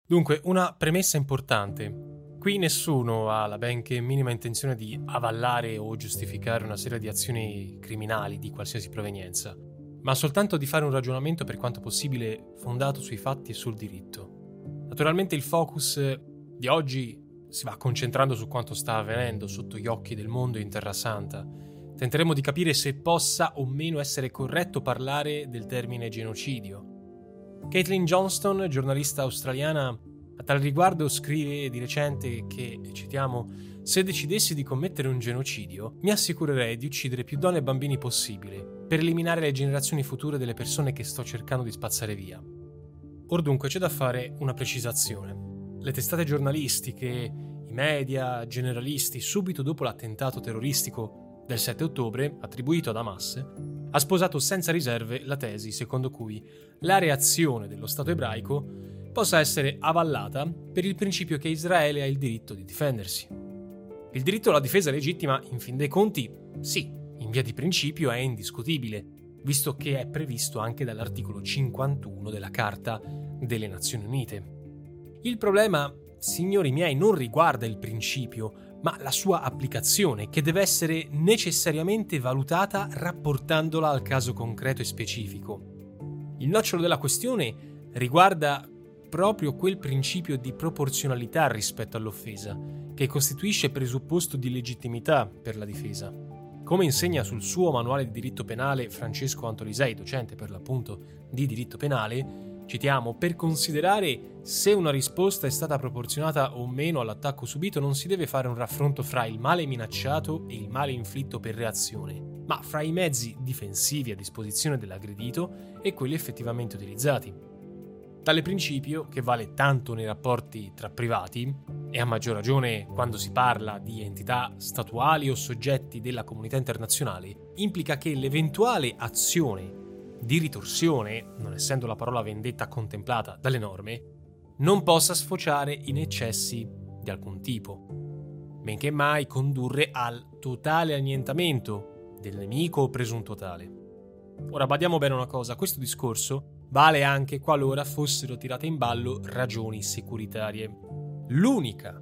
Dunque, una premessa importante. Qui nessuno ha la benché minima intenzione di avallare o giustificare una serie di azioni criminali di qualsiasi provenienza, ma soltanto di fare un ragionamento per quanto possibile fondato sui fatti e sul diritto. Naturalmente il focus di oggi si va concentrando su quanto sta avvenendo sotto gli occhi del mondo in Terra Santa. Tenteremo di capire se possa o meno essere corretto parlare del termine genocidio. Caitlin Johnston, giornalista australiana, a tal riguardo scrive di recente che, citiamo, «Se decidessi di commettere un genocidio, mi assicurerei di uccidere più donne e bambini possibile, per eliminare le generazioni future delle persone che sto cercando di spazzare via». Or dunque c'è da fare una precisazione. Le testate giornalistiche, i media, generalisti, subito dopo l'attentato terroristico del 7 ottobre, attribuito ad Hamas, ha sposato senza riserve la tesi secondo cui la reazione dello Stato ebraico possa essere avallata per il principio che Israele ha il diritto di difendersi. Il diritto alla difesa legittima, in fin dei conti, sì, in via di principio è indiscutibile, visto che è previsto anche dall'articolo 51 della Carta delle Nazioni Unite. Il problema, signori miei, non riguarda il principio, ma la sua applicazione, che deve essere necessariamente valutata rapportandola al caso concreto e specifico. Il nocciolo della questione riguarda proprio quel principio di proporzionalità rispetto all'offesa, che costituisce presupposto di legittimità per la difesa. Come insegna sul suo manuale di diritto penale Francesco Antolisei, docente per l'appunto di diritto penale, citiamo, per considerare se una risposta è stata proporzionata o meno all'attacco subito non si deve fare un raffronto fra il male minacciato e il male inflitto per reazione, ma fra i mezzi difensivi a disposizione dell'aggredito e quelli effettivamente utilizzati. Tale principio, che vale tanto nei rapporti tra privati, e a maggior ragione quando si parla di entità statuali o soggetti della comunità internazionale, implica che l'eventuale azione di ritorsione, non essendo la parola vendetta contemplata dalle norme, non possa sfociare in eccessi di alcun tipo, benché mai condurre al totale annientamento del nemico o presunto tale. Ora badiamo bene una cosa, questo discorso vale anche qualora fossero tirate in ballo ragioni securitarie. L'unica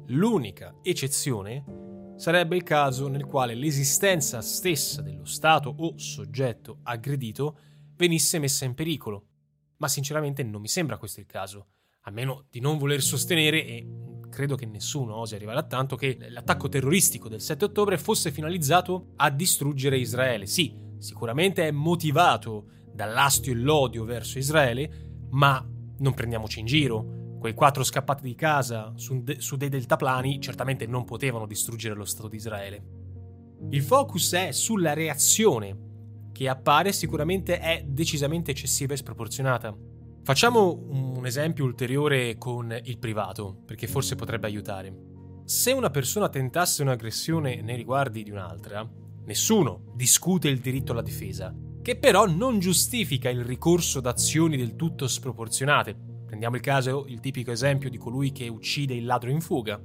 eccezione sarebbe il caso nel quale l'esistenza stessa dello Stato o soggetto aggredito venisse messa in pericolo. Ma sinceramente non mi sembra questo il caso, a meno di non voler sostenere, e credo che nessuno osi arrivare a tanto, che l'attacco terroristico del 7 ottobre fosse finalizzato a distruggere Israele. Sì, sicuramente è motivato dall'astio e l'odio verso Israele, ma non prendiamoci in giro. Quei 4 scappati di casa su dei deltaplani certamente non potevano distruggere lo Stato di Israele. Il focus è sulla reazione, che appare sicuramente è decisamente eccessiva e sproporzionata. Facciamo un esempio ulteriore con il privato, perché forse potrebbe aiutare. Se una persona tentasse un'aggressione nei riguardi di un'altra, nessuno discute il diritto alla difesa, che però non giustifica il ricorso ad azioni del tutto sproporzionate. Prendiamo il tipico esempio di colui che uccide il ladro in fuga.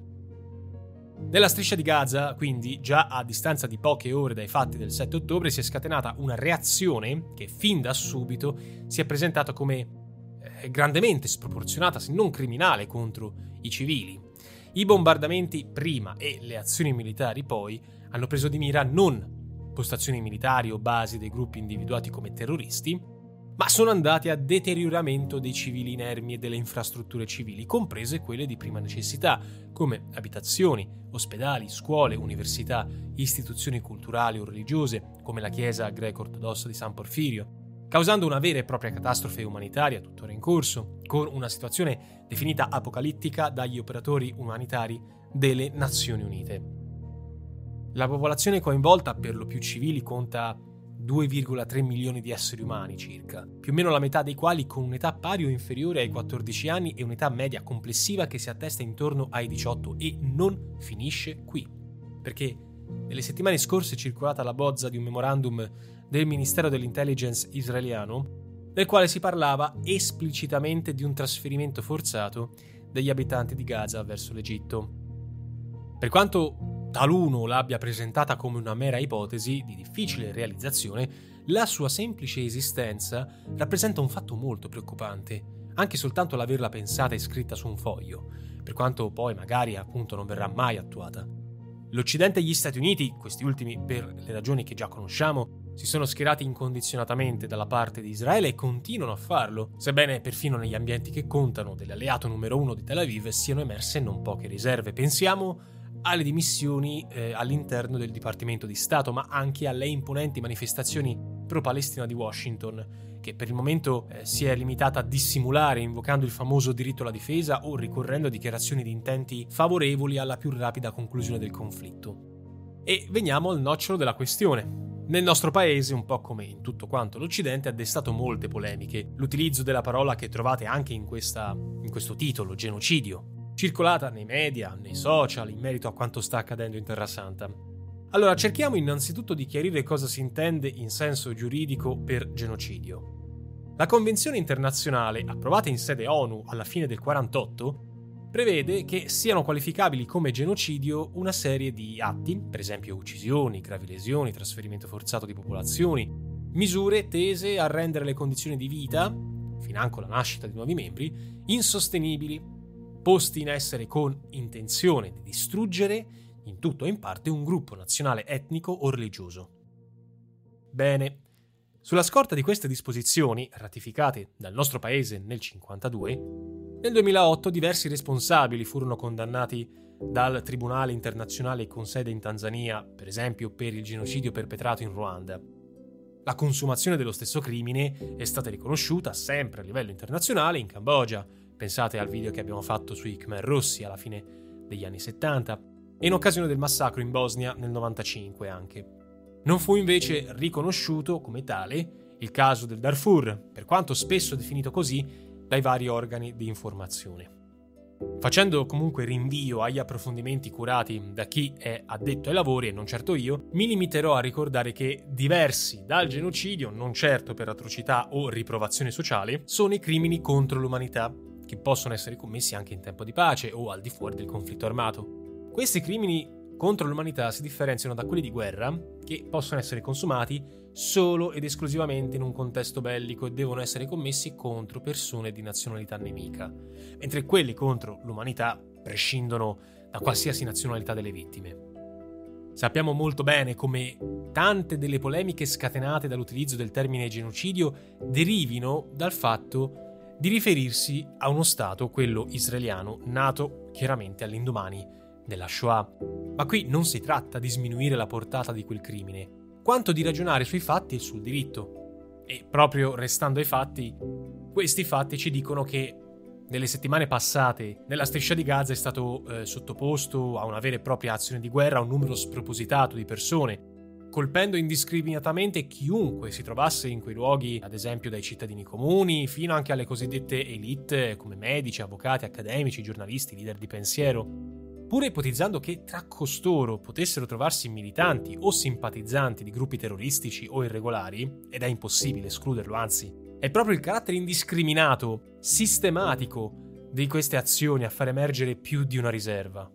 Nella striscia di Gaza, quindi, già a distanza di poche ore dai fatti del 7 ottobre, si è scatenata una reazione che fin da subito si è presentata come grandemente sproporzionata, se non criminale, contro i civili. I bombardamenti prima e le azioni militari poi hanno preso di mira non postazioni militari o basi dei gruppi individuati come terroristi, ma sono andati a deterioramento dei civili inermi e delle infrastrutture civili, comprese quelle di prima necessità, come abitazioni, ospedali, scuole, università, istituzioni culturali o religiose, come la chiesa greco-ortodossa di San Porfirio, causando una vera e propria catastrofe umanitaria tuttora in corso, con una situazione definita apocalittica dagli operatori umanitari delle Nazioni Unite. La popolazione coinvolta, per lo più civili, conta 2,3 milioni di esseri umani circa, più o meno la metà dei quali con un'età pari o inferiore ai 14 anni e un'età media complessiva che si attesta intorno ai 18, e non finisce qui, perché nelle settimane scorse è circolata la bozza di un memorandum del Ministero dell'Intelligence israeliano nel quale si parlava esplicitamente di un trasferimento forzato degli abitanti di Gaza verso l'Egitto. Per quanto taluno l'abbia presentata come una mera ipotesi di difficile realizzazione, la sua semplice esistenza rappresenta un fatto molto preoccupante, anche soltanto l'averla pensata e scritta su un foglio, per quanto poi magari appunto non verrà mai attuata. L'Occidente e gli Stati Uniti, questi ultimi per le ragioni che già conosciamo, si sono schierati incondizionatamente dalla parte di Israele e continuano a farlo, sebbene perfino negli ambienti che contano dell'alleato numero uno di Tel Aviv siano emerse non poche riserve. Pensiamo alle dimissioni all'interno del Dipartimento di Stato, ma anche alle imponenti manifestazioni pro-Palestina di Washington, che per il momento si è limitata a dissimulare invocando il famoso diritto alla difesa o ricorrendo a dichiarazioni di intenti favorevoli alla più rapida conclusione del conflitto. E veniamo al nocciolo della questione. Nel nostro paese, un po' come in tutto quanto l'Occidente, ha destato molte polemiche l'utilizzo della parola che trovate anche in questo titolo, genocidio, circolata nei media, nei social, in merito a quanto sta accadendo in Terra Santa. Allora, cerchiamo innanzitutto di chiarire cosa si intende in senso giuridico per genocidio. La Convenzione internazionale, approvata in sede ONU alla fine del 1948, prevede che siano qualificabili come genocidio una serie di atti, per esempio uccisioni, gravi lesioni, trasferimento forzato di popolazioni, misure tese a rendere le condizioni di vita, financo la nascita di nuovi membri, insostenibili, posti in essere con intenzione di distruggere in tutto o in parte un gruppo nazionale etnico o religioso. Bene, sulla scorta di queste disposizioni, ratificate dal nostro paese nel 1952, nel 2008 diversi responsabili furono condannati dal Tribunale internazionale con sede in Tanzania, per esempio per il genocidio perpetrato in Ruanda. La consumazione dello stesso crimine è stata riconosciuta sempre a livello internazionale in Cambogia, pensate al video che abbiamo fatto sui Khmer Rossi alla fine degli anni 70, e in occasione del massacro in Bosnia nel 95 anche. Non fu invece riconosciuto come tale il caso del Darfur, per quanto spesso definito così dai vari organi di informazione. Facendo comunque rinvio agli approfondimenti curati da chi è addetto ai lavori e non certo io, mi limiterò a ricordare che diversi dal genocidio, non certo per atrocità o riprovazione sociale, sono i crimini contro l'umanità, che possono essere commessi anche in tempo di pace o al di fuori del conflitto armato. Questi crimini contro l'umanità si differenziano da quelli di guerra, che possono essere consumati solo ed esclusivamente in un contesto bellico e devono essere commessi contro persone di nazionalità nemica, mentre quelli contro l'umanità prescindono da qualsiasi nazionalità delle vittime. Sappiamo molto bene come tante delle polemiche scatenate dall'utilizzo del termine genocidio derivino dal fatto di riferirsi a uno Stato, quello israeliano, nato chiaramente all'indomani della Shoah. Ma qui non si tratta di sminuire la portata di quel crimine, quanto di ragionare sui fatti e sul diritto. E proprio restando ai fatti, questi fatti ci dicono che nelle settimane passate nella striscia di Gaza è stato sottoposto a una vera e propria azione di guerra un numero spropositato di persone, colpendo indiscriminatamente chiunque si trovasse in quei luoghi, ad esempio dai cittadini comuni fino anche alle cosiddette elite come medici, avvocati, accademici, giornalisti, leader di pensiero. Pure ipotizzando che tra costoro potessero trovarsi militanti o simpatizzanti di gruppi terroristici o irregolari, ed è impossibile escluderlo, anzi, è proprio il carattere indiscriminato, sistematico di queste azioni a far emergere più di una riserva.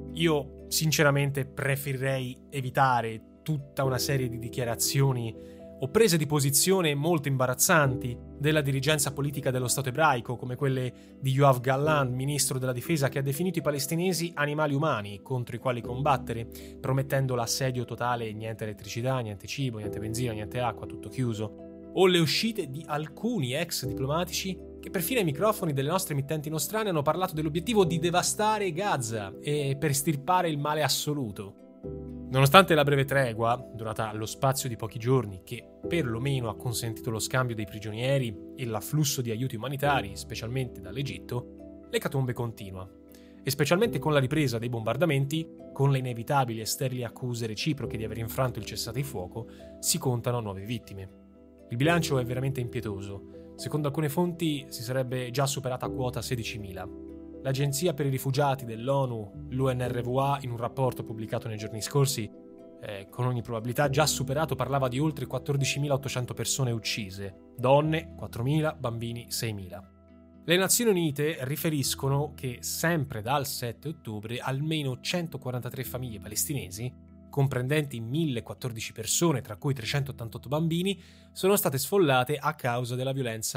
Io, sinceramente, preferirei evitare tutta una serie di dichiarazioni o prese di posizione molto imbarazzanti della dirigenza politica dello Stato ebraico, come quelle di Yoav Gallant, ministro della difesa, che ha definito i palestinesi animali umani contro i quali combattere, promettendo l'assedio totale e niente elettricità, niente cibo, niente benzina, niente acqua, tutto chiuso. O le uscite di alcuni ex diplomatici che perfino ai microfoni delle nostre emittenti nostrane hanno parlato dell'obiettivo di devastare Gaza e per estirpare il male assoluto. Nonostante la breve tregua, durata lo spazio di pochi giorni, che perlomeno ha consentito lo scambio dei prigionieri e l'afflusso di aiuti umanitari, specialmente dall'Egitto, l'ecatombe continua. E specialmente con la ripresa dei bombardamenti, con le inevitabili e sterili accuse reciproche di aver infranto il cessate il fuoco, si contano nuove vittime. Il bilancio è veramente impietoso. Secondo alcune fonti si sarebbe già superata quota 16.000. L'Agenzia per i rifugiati dell'ONU, l'UNRWA, in un rapporto pubblicato nei giorni scorsi, con ogni probabilità già superato, parlava di oltre 14.800 persone uccise, donne 4.000, bambini 6.000. Le Nazioni Unite riferiscono che sempre dal 7 ottobre almeno 143 famiglie palestinesi, comprendenti 1.014 persone, tra cui 388 bambini, sono state sfollate a causa della violenza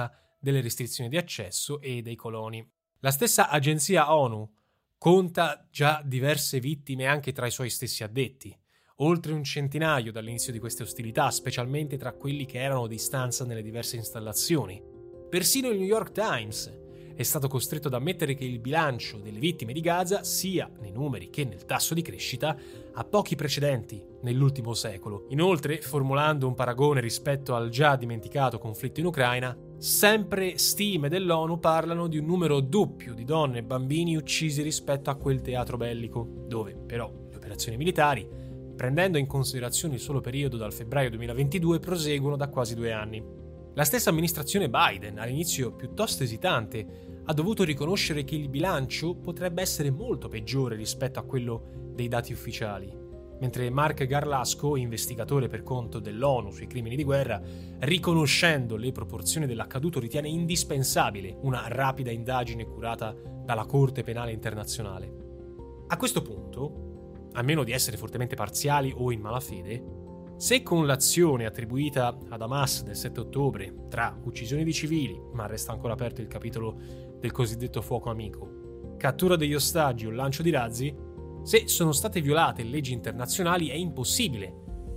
delle restrizioni di accesso e dei coloni. La stessa agenzia ONU conta già diverse vittime anche tra i suoi stessi addetti, oltre un centinaio dall'inizio di queste ostilità, specialmente tra quelli che erano a distanza nelle diverse installazioni. Persino il New York Times è stato costretto ad ammettere che il bilancio delle vittime di Gaza, sia nei numeri che nel tasso di crescita, ha pochi precedenti nell'ultimo secolo. Inoltre, formulando un paragone rispetto al già dimenticato conflitto in Ucraina, sempre stime dell'ONU parlano di un numero doppio di donne e bambini uccisi rispetto a quel teatro bellico, dove però le operazioni militari, prendendo in considerazione il solo periodo dal febbraio 2022, proseguono da quasi 2 anni. La stessa amministrazione Biden, all'inizio piuttosto esitante, ha dovuto riconoscere che il bilancio potrebbe essere molto peggiore rispetto a quello dei dati ufficiali, mentre Mark Garlasco, investigatore per conto dell'ONU sui crimini di guerra, riconoscendo le proporzioni dell'accaduto, ritiene indispensabile una rapida indagine curata dalla Corte Penale Internazionale. A questo punto, a meno di essere fortemente parziali o in malafede, se con l'azione attribuita ad Hamas del 7 ottobre, tra uccisioni di civili, ma resta ancora aperto il capitolo del cosiddetto fuoco amico, cattura degli ostaggi o lancio di razzi, se sono state violate leggi internazionali, è impossibile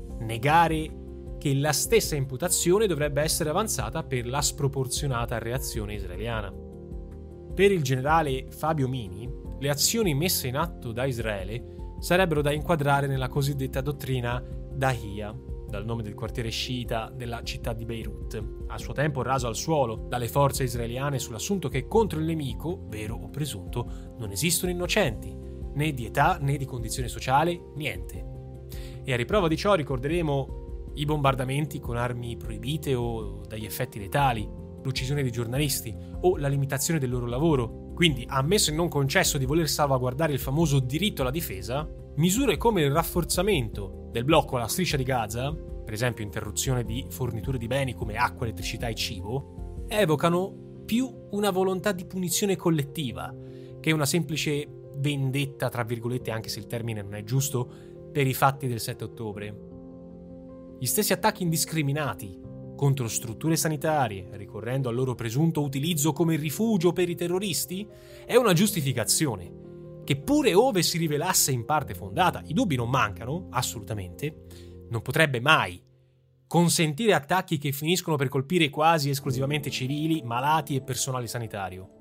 negare che la stessa imputazione dovrebbe essere avanzata per la sproporzionata reazione israeliana. Per il generale Fabio Mini, le azioni messe in atto da Israele sarebbero da inquadrare nella cosiddetta dottrina Dahia, dal nome del quartiere sciita della città di Beirut, a suo tempo raso al suolo dalle forze israeliane sull'assunto che contro il nemico, vero o presunto, non esistono innocenti, né di età né di condizione sociale, niente. E a riprova di ciò ricorderemo i bombardamenti con armi proibite o dagli effetti letali, l'uccisione di giornalisti o la limitazione del loro lavoro. Quindi, ammesso e non concesso di voler salvaguardare il famoso diritto alla difesa, misure come il rafforzamento del blocco alla striscia di Gaza, per esempio interruzione di forniture di beni come acqua, elettricità e cibo, evocano più una volontà di punizione collettiva che una semplice vendetta, tra virgolette, anche se il termine non è giusto, per i fatti del 7 ottobre. Gli stessi attacchi indiscriminati contro strutture sanitarie, ricorrendo al loro presunto utilizzo come rifugio per i terroristi, è una giustificazione che, pure ove si rivelasse in parte fondata, i dubbi non mancano, assolutamente, non potrebbe mai consentire attacchi che finiscono per colpire quasi esclusivamente civili, malati e personale sanitario.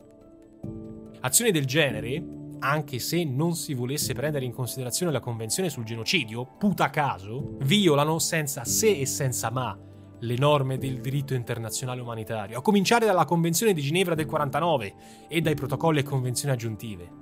Azioni del genere, anche se non si volesse prendere in considerazione la Convenzione sul genocidio, puta caso, violano senza se e senza ma le norme del diritto internazionale umanitario, a cominciare dalla Convenzione di Ginevra del 49 e dai protocolli e convenzioni aggiuntive.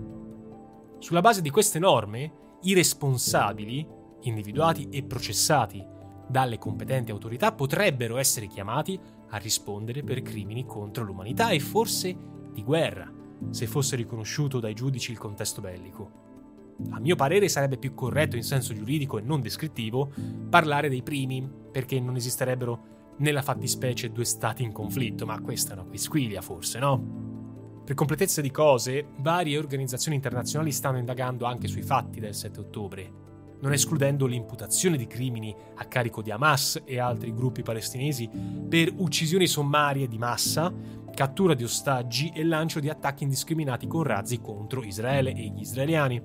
Sulla base di queste norme, i responsabili, individuati e processati dalle competenti autorità, potrebbero essere chiamati a rispondere per crimini contro l'umanità e forse di guerra, se fosse riconosciuto dai giudici il contesto bellico. A mio parere sarebbe più corretto in senso giuridico e non descrittivo parlare dei primi, perché non esisterebbero nella fattispecie 2 stati in conflitto, ma questa è una quisquilia forse, no? Per completezza di cose, varie organizzazioni internazionali stanno indagando anche sui fatti del 7 ottobre, non escludendo l'imputazione di crimini a carico di Hamas e altri gruppi palestinesi per uccisioni sommarie di massa, cattura di ostaggi e lancio di attacchi indiscriminati con razzi contro Israele e gli israeliani.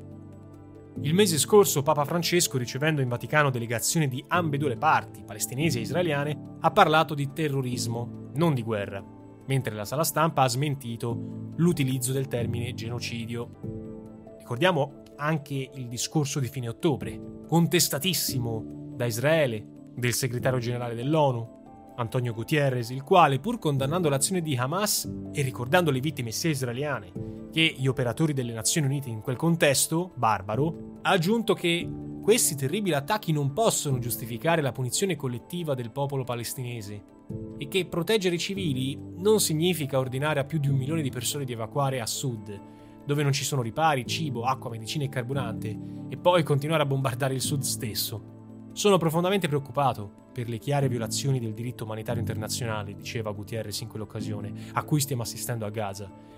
Il mese scorso Papa Francesco, ricevendo in Vaticano delegazioni di ambedue le parti, palestinesi e israeliane, ha parlato di terrorismo, non di guerra, mentre la sala stampa ha smentito l'utilizzo del termine genocidio. Ricordiamo anche il discorso di fine ottobre, contestatissimo da Israele, del segretario generale dell'ONU, Antonio Guterres, il quale, pur condannando l'azione di Hamas e ricordando le vittime sia israeliane che gli operatori delle Nazioni Unite in quel contesto barbaro, ha aggiunto che questi terribili attacchi non possono giustificare la punizione collettiva del popolo palestinese e che proteggere i civili non significa ordinare a più di 1 milione di persone di evacuare a sud, dove non ci sono ripari, cibo, acqua, medicina e carburante, e poi continuare a bombardare il sud stesso. Sono profondamente preoccupato per le chiare violazioni del diritto umanitario internazionale, diceva Guterres in quell'occasione, a cui stiamo assistendo a Gaza,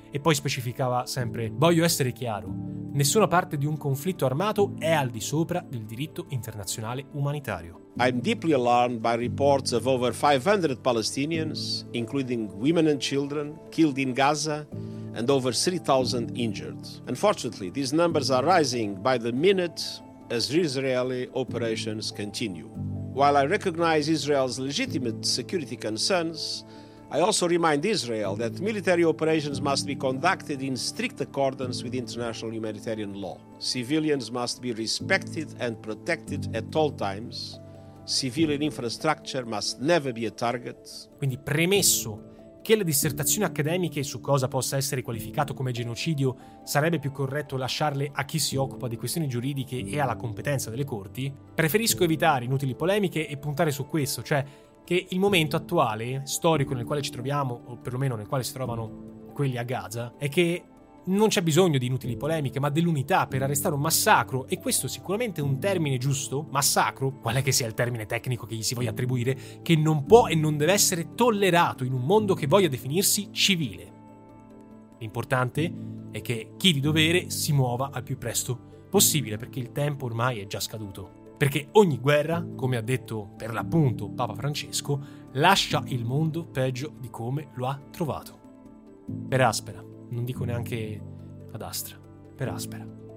e poi specificava sempre: voglio essere chiaro, nessuna parte di un conflitto armato è al di sopra del diritto internazionale umanitario. I'm deeply alarmed by reports of over 500 Palestinians, including women and children, killed in Gaza and over 3,000 injured. Unfortunately, these numbers are rising by the minute as Israeli operations continue. While I recognize Israel's legitimate security concerns, I also remind Israel that military operations must be conducted in strict accordance with international humanitarian law. Civilians must be respected and protected at all times. Civilian infrastructure must never be a target. Quindi, premesso che le dissertazioni accademiche su cosa possa essere qualificato come genocidio sarebbe più corretto lasciarle a chi si occupa di questioni giuridiche e alla competenza delle corti, preferisco evitare inutili polemiche e puntare su questo, cioè che il momento attuale, storico nel quale ci troviamo, o perlomeno nel quale si trovano quelli a Gaza, è che non c'è bisogno di inutili polemiche, ma dell'unità per arrestare un massacro, e questo sicuramente è un termine giusto, massacro, quale che sia il termine tecnico che gli si voglia attribuire, che non può e non deve essere tollerato in un mondo che voglia definirsi civile. L'importante è che chi di dovere si muova al più presto possibile, perché il tempo ormai è già scaduto. Perché ogni guerra, come ha detto per l'appunto Papa Francesco, lascia il mondo peggio di come lo ha trovato. Per aspera. Non dico neanche ad astra, per aspera.